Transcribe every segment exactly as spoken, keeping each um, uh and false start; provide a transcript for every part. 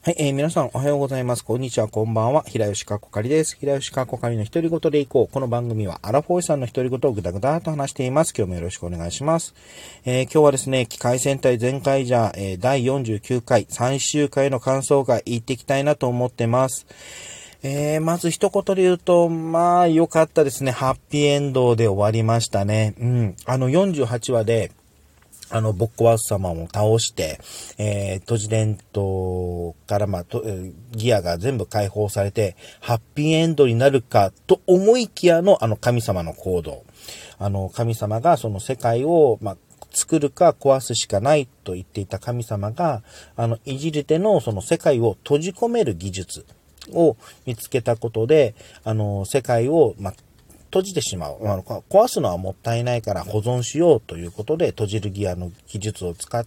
はい、えー、皆さんおはようございます。こんにちは、こんばんは。平吉かこかりです。平吉かこかりの独り言でいこう。この番組はアラフォーさんの独り言をぐだぐだと話しています。今日もよろしくお願いします。えー、今日はですね、機械戦隊全開じゃ、えー、だいよんじゅうきゅうかい、最終回の感想会言っていきたいなと思ってます。えー、まず一言で言うと、まあ、良かったですね。ハッピーエンドで終わりましたね。うん。あの、よんじゅうはちわで、あの、ボッコワウス様を倒して、えー、トジデントから、まあ、と、ギアが全部解放されて、ハッピーエンドになるかと思いきやの、あの、神様の行動。あの、神様がその世界を、まあ、作るか壊すしかないと言っていた神様が、あの、いじり手のその世界を閉じ込める技術を見つけたことで、あの、世界を、まあ、閉じてしまう。あの壊すのはもったいないから保存しようということで、閉じるギアの技術を使って、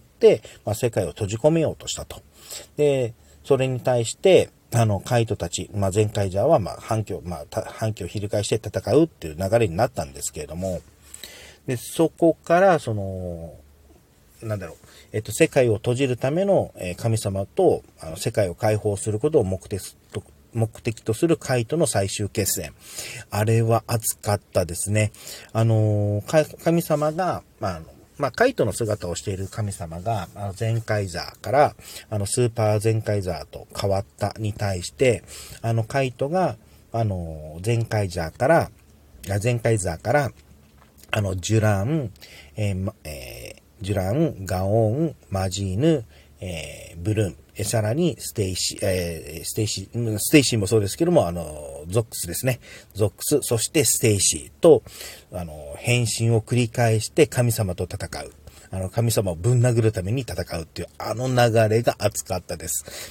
まあ、世界を閉じ込めようとしたと。で、それに対して、あの、カイトたち、まあ、ゼンカイジャーは、まあ、反響、まあ、反響を翻して戦うっていう流れになったんですけれども、で、そこから、その、なんだろう、えっと、世界を閉じるための神様と、あの、世界を解放することを目的と、目的とするカイトの最終決戦。あれは熱かったですね。あのー、神様が、まあ、あの、まあ、カイトの姿をしている神様が、あの、ゼンカイザーから、あの、スーパーゼンカイザーと変わったに対して、あの、カイトが、あの、ゼンカイザーから、ゼンカイザーから、あの、ジュラン、えーえー、ジュラン、ガオン、マジーヌ、えー、ブルーン、えさらにステイシー、えー、ステイシー、ステイシーもそうですけども、あの、ゾックスですね。ゾックス、そしてステイシーと、あの、変身を繰り返して神様と戦う。あの、神様をぶん殴るために戦うっていう、あの流れが熱かったです。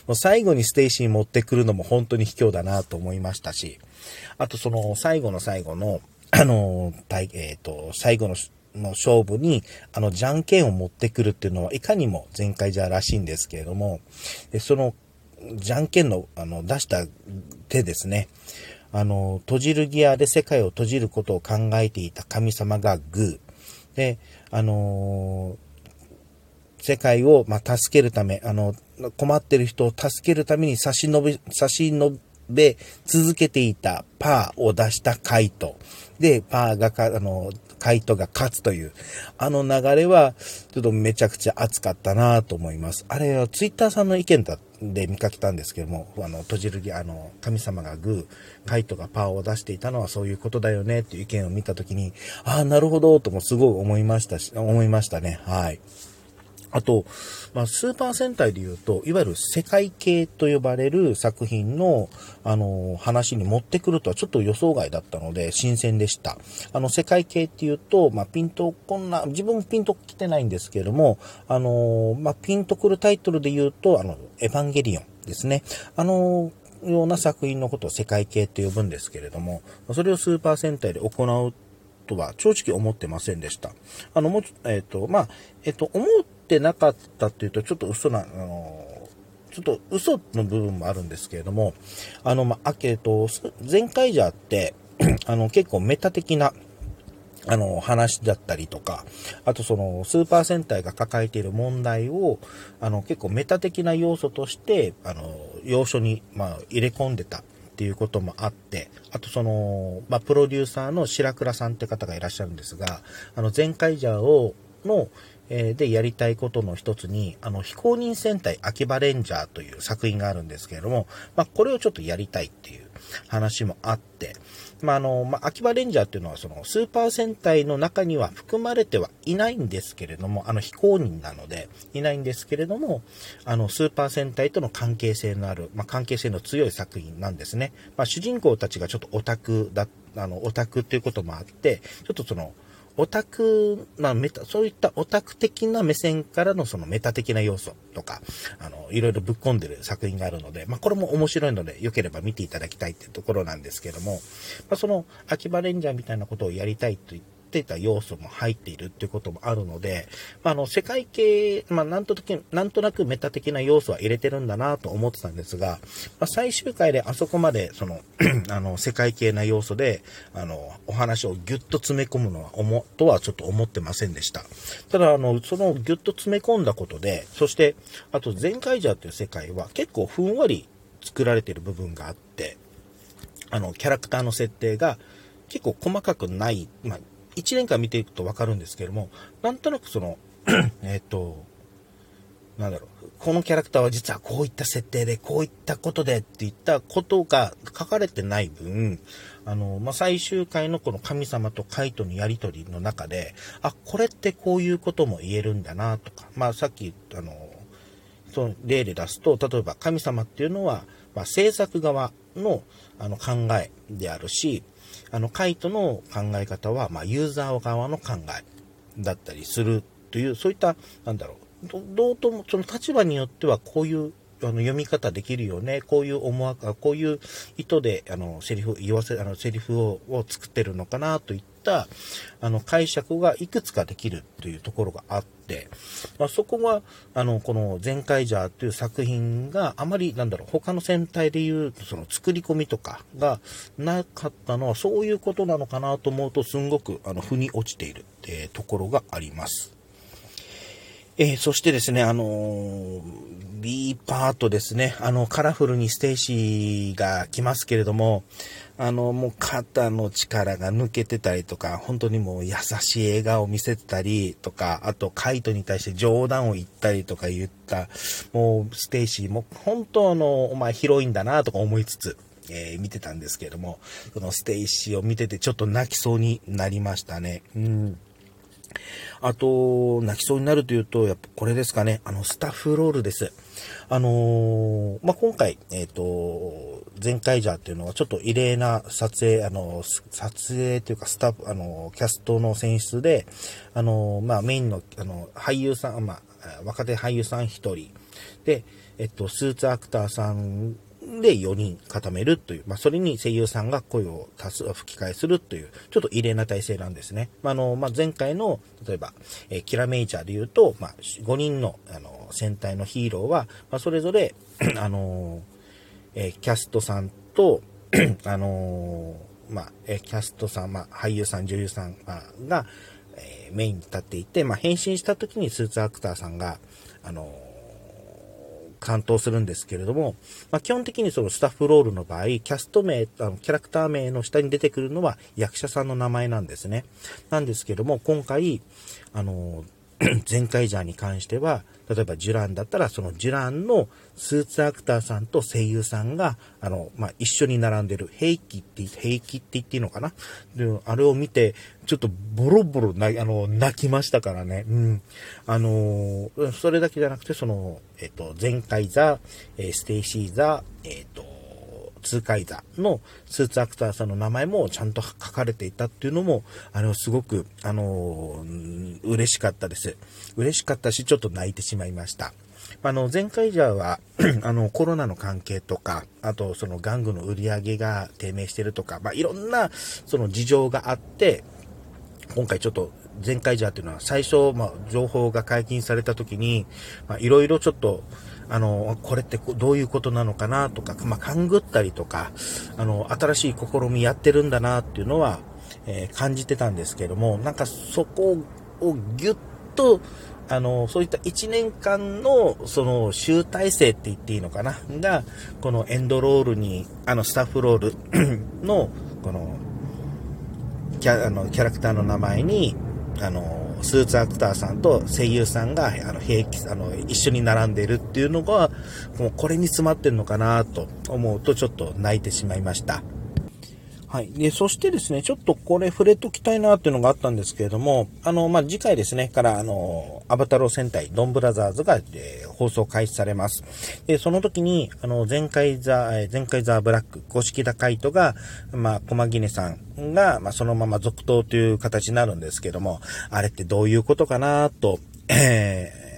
もう最後にステイシー持ってくるのも本当に卑怯だなと思いましたし、あとその最後の最後の、あの、えっと、最後の、の勝負に、あの、じゃんけんを持ってくるっていうのは、いかにも前回じゃらしいんですけれども、でその、じゃんけんの、あの、出した手ですね。あの、閉じるギアで世界を閉じることを考えていた神様がグー。で、あのー、世界を、まあ、助けるため、あの、困ってる人を助けるために差し伸べ、差し伸べ続けていたパーを出したカイト。で、パーがか、あの、カイトが勝つという、あの流れは、ちょっとめちゃくちゃ熱かったなと思います。あれはツイッターさんの意見だで見かけたんですけども、あの、閉じるぎ、あの、神様がグー、カイトがパーを出していたのはそういうことだよねっていう意見を見たときに、ああ、なるほど、ともすごい思いましたし、思いましたね。はい。あと、まあ、スーパー戦隊で言うと、いわゆる世界系と呼ばれる作品の、あの、話に持ってくるとはちょっと予想外だったので、新鮮でした。あの、世界系っていうと、まあ、ピンとこんな、自分ピンと来てないんですけれども、あの、まあ、ピンとくるタイトルで言うと、あの、エヴァンゲリオンですね。あの、ような作品のことを世界系って呼ぶんですけれども、それをスーパー戦隊で行うとは正直思ってませんでした。あの、もう、えっと、まあ、えっと、思ってなかったっていうとちょっと嘘な、あの、ちょっと嘘の部分もあるんですけれども、あの、まあ、えっと、前回じゃって、あの、結構メタ的な、あの、話だったりとか、あとその、スーパー戦隊が抱えている問題を、あの、結構メタ的な要素として、あの、要所に、まあ、入れ込んでたっていうこともあって、あとその、まあ、プロデューサーの白倉さんって方がいらっしゃるんですが、あの、前回じゃを、の、えー、でやりたいことの一つに、あの、非公認戦隊秋葉レンジャーという作品があるんですけれども、まあ、これをちょっとやりたいっていう話もあって、まあ、あの、まあ、秋葉レンジャーっていうのは、その、スーパー戦隊の中には含まれてはいないんですけれども、あの、非公認なので、いないんですけれども、あの、スーパー戦隊との関係性のある、まあ、関係性の強い作品なんですね。まあ、主人公たちがちょっとオタクだ、あの、オタクっていうこともあって、ちょっとその、オタク、まあ、メタ、そういったオタク的な目線からのそのメタ的な要素とか、あの、いろいろぶっ込んでる作品があるので、まあ、これも面白いので、良ければ見ていただきたいっていうところなんですけども、まあ、その、秋葉レンジャーみたいなことをやりたいと言って、 っていた要素も入っているっていうこともあるので、まあ、あの、世界系、まあ、なんとなく、なんとなくメタ的な要素は入れてるんだなと思ってたんですが、まあ、最終回であそこまで、その、あの、世界系な要素で、あの、お話をギュッと詰め込むのは、思、とはちょっと思ってませんでした。ただ、あの、そのギュッと詰め込んだことで、そして、あと、ゼンカイジャーという世界は結構ふんわり作られている部分があって、あの、キャラクターの設定が結構細かくない、まあ、一年間見ていくとわかるんですけれども、なんとなくその、えっと、なんだろう、このキャラクターは実はこういった設定で、こういったことでっていったことが書かれてない分、あの、まあ、最終回のこの神様とカイトのやりとりの中で、あ、これってこういうことも言えるんだなとか、まあ、さっき、あの、その例で出すと、例えば神様っていうのは、まあ、制作側のあの考えであるし、あのカイトの考え方は、まあ、ユーザー側の考えだったりするという、そういった、なんだろう、どどうともその立場によってはこういうあの読み方できるよね、こういう思惑、こういう意図であのセリフ言わせあのセリフをを作ってるのかなといったあの解釈がいくつかできるというところがあって、まあ、そこはあのこのゼンカイジャーという作品があまりなんだろう他の戦隊でいうその作り込みとかがなかったのはそういうことなのかなと思うとすんごくあの腑に落ちている、えー、ところがあります。えー、そしてですね、あのー、B パートですね、あの、カラフルにステイシーが来ますけれども、あの、もう肩の力が抜けてたりとか、本当にもう優しい笑顔を見せてたりとか、あとカイトに対して冗談を言ったりとか言った、もうステイシーも本当あの、お前広いんだなとか思いつつ、えー、見てたんですけれども、そのステイシーを見ててちょっと泣きそうになりましたね。うん。あと、泣きそうになるというと、やっぱこれですかね。あの、スタッフロールです。あのー、まあ、今回、えっと、ゼンカイジャーっていうのはちょっと異例な撮影、あの、撮影というかスタッフ、あの、キャストの選出で、あの、まあ、メインの、あの、俳優さん、まあ、若手俳優さん一人で、えっと、スーツアクターさんでよにん固めるという、まあ、それに声優さんが声を足す、吹き替えするという、ちょっと異例な体制なんですね。まあ、あの、まあ、前回の、例えば、えー、キラメイジャーで言うと、まあ、ごにんの、あの、戦隊のヒーローは、まあ、それぞれ、あの、えー、キャストさんと、あの、まあ、えー、キャストさん、まあ、俳優さん、女優さんが、えー、メインに立っていて、まあ、変身した時にスーツアクターさんが、あの、担当するんですけれども、まあ、基本的にそのスタッフロールの場合、キャスト名、あのキャラクター名の下に出てくるのは役者さんの名前なんですね。なんですけども、今回、あの、ゼンカイジャーに関しては、例えばジュランだったら、そのジュランのスーツアクターさんと声優さんが、あの、まあ、一緒に並んでる、平気って、平気って言っていいのかな？で、あれを見て、ちょっとボロボロな、あの、泣きましたからね。うん。あの、それだけじゃなくて、その、えっと、ゼンカイザー、ステイシーザー、えっと、ツーカイザーのスーツアクターさんの名前もちゃんと書かれていたっていうのも、あの、すごく、あの、嬉しかったです。嬉しかったし、ちょっと泣いてしまいました。あの、前回じゃは、あの、コロナの関係とか、あと、その、玩具の売り上げが低迷してるとか、まあ、いろんな、その、事情があって、今回ちょっと、前回じゃっていうのは、最初、まあ、情報が解禁された時に、まあ、いろいろちょっと、あの、これってどういうことなのかなとか、まあ、勘ぐったりとか、あの、新しい試みやってるんだなっていうのは、えー、感じてたんですけども、なんかそこをギュッと、あの、そういったいちねんかんの、その、集大成って言っていいのかなが、このエンドロールに、あの、スタッフロールの、この、キャ、あの、キャラクターの名前に、あの、スーツアクターさんと声優さんが、あの、平気、あの、一緒に並んでいるっていうのが、もうこれに詰まってるのかなと思うと、ちょっと泣いてしまいました。はい。で、そしてですね、ちょっとこれ触れときたいなっていうのがあったんですけれども、あの、まあ、次回ですね、から、あの、アバタロー戦隊ドンブラザーズが、えー、放送開始されます。で、その時に、あの、前回ザ、前回ザブラック、五色田カイトが、まあ、駒木根さんが、まあ、そのまま続投という形になるんですけども、あれってどういうことかなと、えー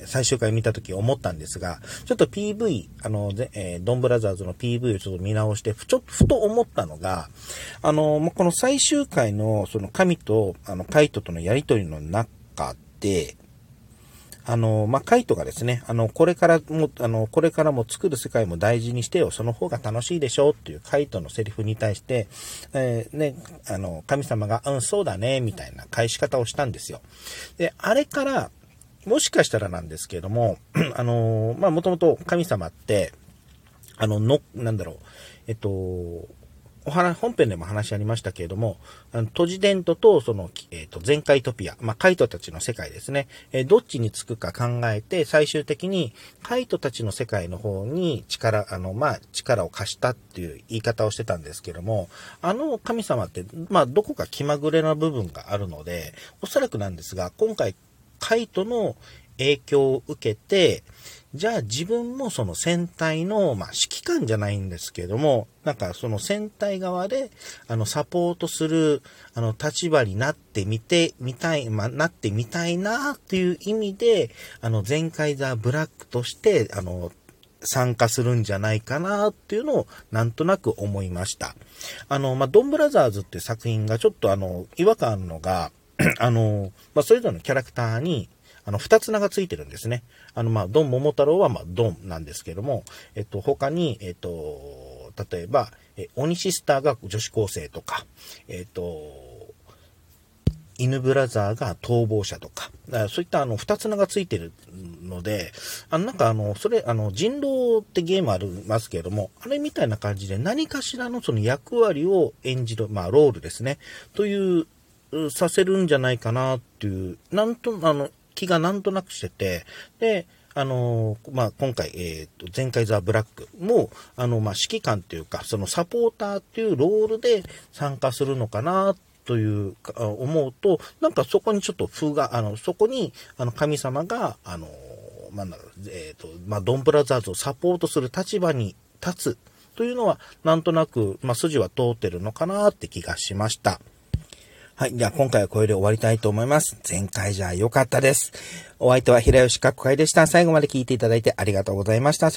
ー、最終回見たとき思ったんですが、ちょっと ピーブイ、あの、えー、ドンブラザーズの ピーブイ をちょっと見直して、ちょっとふと思ったのが、あの、この最終回のその神と、あの、カイトとのやりとりの中で、あの、まあ、カイトがですね、あの、これからも、あの、これからも作る世界も大事にしてよ、その方が楽しいでしょっていうカイトのセリフに対して、えー、ね、あの、神様が、うん、そうだね、みたいな返し方をしたんですよ。で、あれから、もしかしたらなんですけれども、あの、まあ、もともと神様って、あの、の、なんだろう、えっと、お話、本編でも話ありましたけれども、あの、トジデントと、その、えっと、全カイトピア、まあ、カイトたちの世界ですね。えー、どっちにつくか考えて、最終的に、カイトたちの世界の方に力、あの、まあ、力を貸したっていう言い方をしてたんですけども、あの神様って、まあ、どこか気まぐれな部分があるので、おそらくなんですが、今回、カイトの影響を受けて、じゃあ自分もその戦隊の、まあ指揮官じゃないんですけども、なんかその戦隊側で、あのサポートする、あの立場になってみて、みたい、まあなってみたいなっていう意味で、あのゼンカイザーブラックとして、あの、参加するんじゃないかなっていうのをなんとなく思いました。あの、まあ、ドンブラザーズっていう作品がちょっとあの、違和感あるのが、あの、まあ、それぞれのキャラクターに、あの、二つ名がついてるんですね。あの、まあ、ドン桃太郎は、まあ、ドンなんですけども、えっと、他に、えっと、例えば、え、鬼シスターが女子高生とか、えっと、犬ブラザーが逃亡者とか、そういったあの、二つ名がついてるので、あの、なんかあの、それ、あの、人狼ってゲームありますけれども、あれみたいな感じで何かしらのその役割を演じる、まあ、ロールですね、という、させるんじゃないかなっていう、なんと、あの、気がなんとなくしてて、で、あのー、まあ、今回、えっと、ゼンカイザーブラックも、あの、まあ、指揮官っていうか、そのサポーターっていうロールで参加するのかな、というか、思うと、なんかそこにちょっと風が、あの、そこに、あの、神様が、あのー、なんだろう、えっと、まあ、ドンブラザーズをサポートする立場に立つというのは、なんとなく、まあ、筋は通ってるのかなって気がしました。はい。じゃあ今回はこれで終わりたいと思います。前回じゃ良かったです。お相手は平吉かっこかいでした。最後まで聞いていただいてありがとうございました。